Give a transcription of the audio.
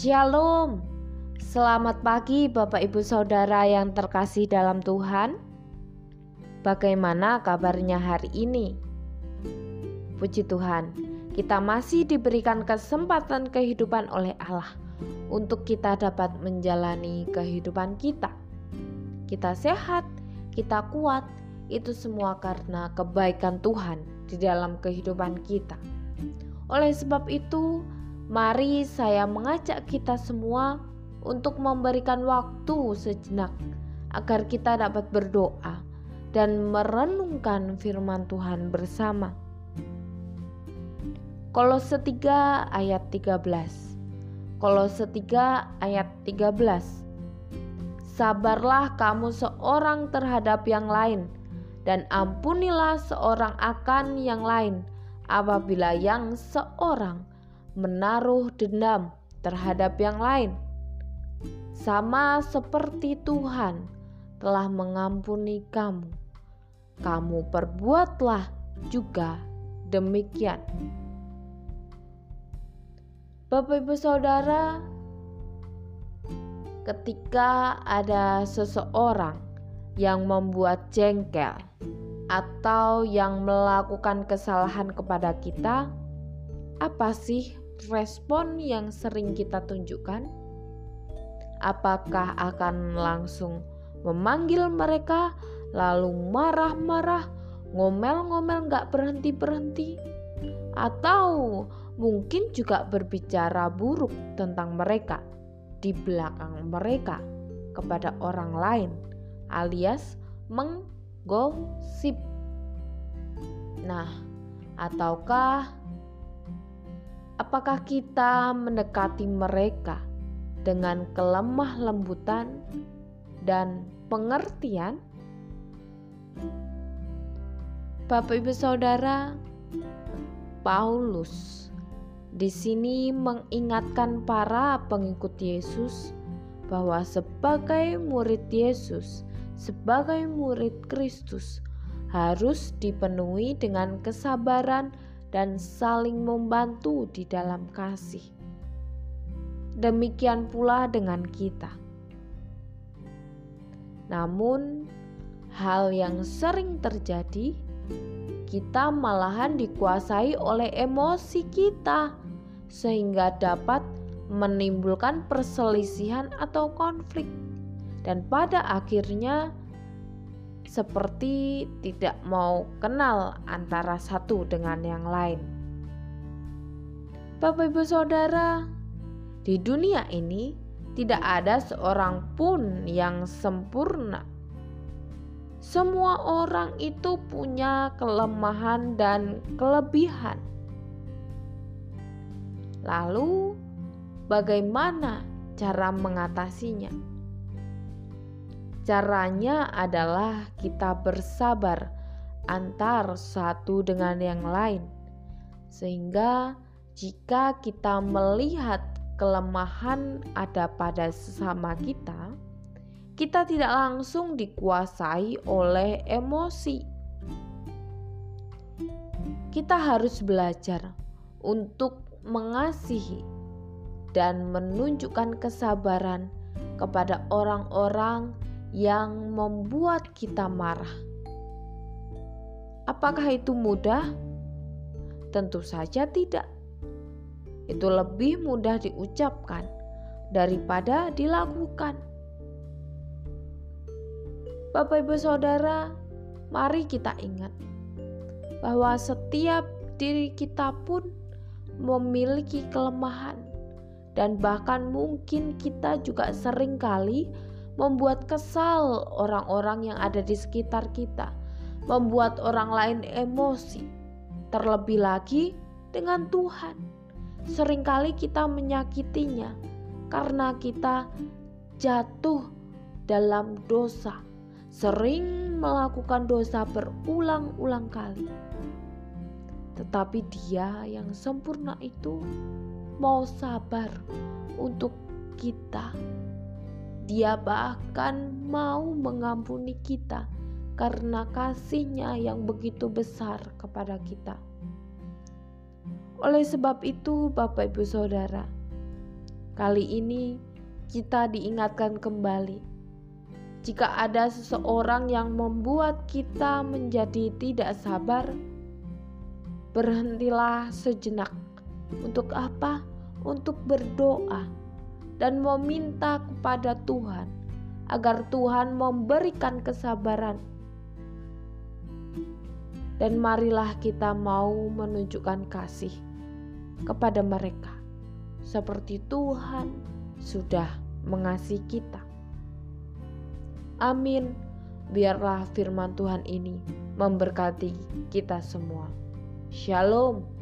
Shalom, selamat pagi Bapak Ibu Saudara yang terkasih dalam Tuhan. Bagaimana kabarnya hari ini? Puji Tuhan, kita masih diberikan kesempatan kehidupan oleh Allah untuk kita dapat menjalani kehidupan kita. Kita sehat, kita kuat, itu semua karena kebaikan Tuhan di dalam kehidupan kita. Oleh sebab itu, mari saya mengajak kita semua untuk memberikan waktu sejenak agar kita dapat berdoa dan merenungkan firman Tuhan bersama. Kolose 3 ayat 13. Kolose 3 ayat 13. Sabarlah kamu seorang terhadap yang lain dan ampunilah seorang akan yang lain apabila yang seorang menaruh dendam terhadap yang lain, sama seperti Tuhan telah mengampuni kamu, kamu perbuatlah juga demikian. Bapak Ibu Saudara, ketika ada seseorang yang membuat jengkel atau yang melakukan kesalahan kepada kita, apa sih respon yang sering kita tunjukkan? Apakah akan langsung memanggil mereka, lalu marah-marah, ngomel-ngomel gak berhenti-berhenti? Atau mungkin juga berbicara buruk tentang mereka di belakang mereka kepada orang lain, alias menggosip. Nah, ataukah apakah kita mendekati mereka dengan kelemah lembutan dan pengertian? Bapak Ibu Saudara, Paulus di sini mengingatkan para pengikut Yesus bahwa sebagai murid Yesus, sebagai murid Kristus, harus dipenuhi dengan kesabaran dan saling membantu di dalam kasih. Demikian pula dengan kita. Namun, hal yang sering terjadi, kita malahan dikuasai oleh emosi kita, sehingga dapat menimbulkan perselisihan atau konflik, dan pada akhirnya seperti tidak mau kenal antara satu dengan yang lain. Bapak Ibu Saudara, di dunia ini tidak ada seorang pun yang sempurna. Semua orang itu punya kelemahan dan kelebihan. Lalu, bagaimana cara mengatasinya? Caranya adalah kita bersabar antar satu dengan yang lain, sehingga jika kita melihat kelemahan ada pada sesama kita, kita tidak langsung dikuasai oleh emosi. Kita harus belajar untuk mengasihi dan menunjukkan kesabaran kepada orang-orang yang membuat kita marah. Apakah itu mudah? Tentu saja tidak. Itu lebih mudah diucapkan daripada dilakukan. Bapak Ibu Saudara, mari kita ingat bahwa setiap diri kita pun memiliki kelemahan, dan bahkan mungkin kita juga seringkali membuat kesal orang-orang yang ada di sekitar kita, membuat orang lain emosi. Terlebih lagi dengan Tuhan, seringkali kita menyakitinya karena kita jatuh dalam dosa, sering melakukan dosa berulang-ulang kali. Tetapi Dia yang sempurna itu mau sabar untuk kita. Dia bahkan mau mengampuni kita karena kasih-Nya yang begitu besar kepada kita. Oleh sebab itu, Bapak Ibu Saudara, Kali ini kita diingatkan kembali, jika ada seseorang yang membuat kita menjadi tidak sabar, berhentilah sejenak. Untuk apa? Untuk berdoa dan meminta kepada Tuhan agar Tuhan memberikan kesabaran. Dan marilah kita mau menunjukkan kasih kepada mereka seperti Tuhan sudah mengasihi kita. Amin. Biarlah firman Tuhan ini memberkati kita semua. Shalom.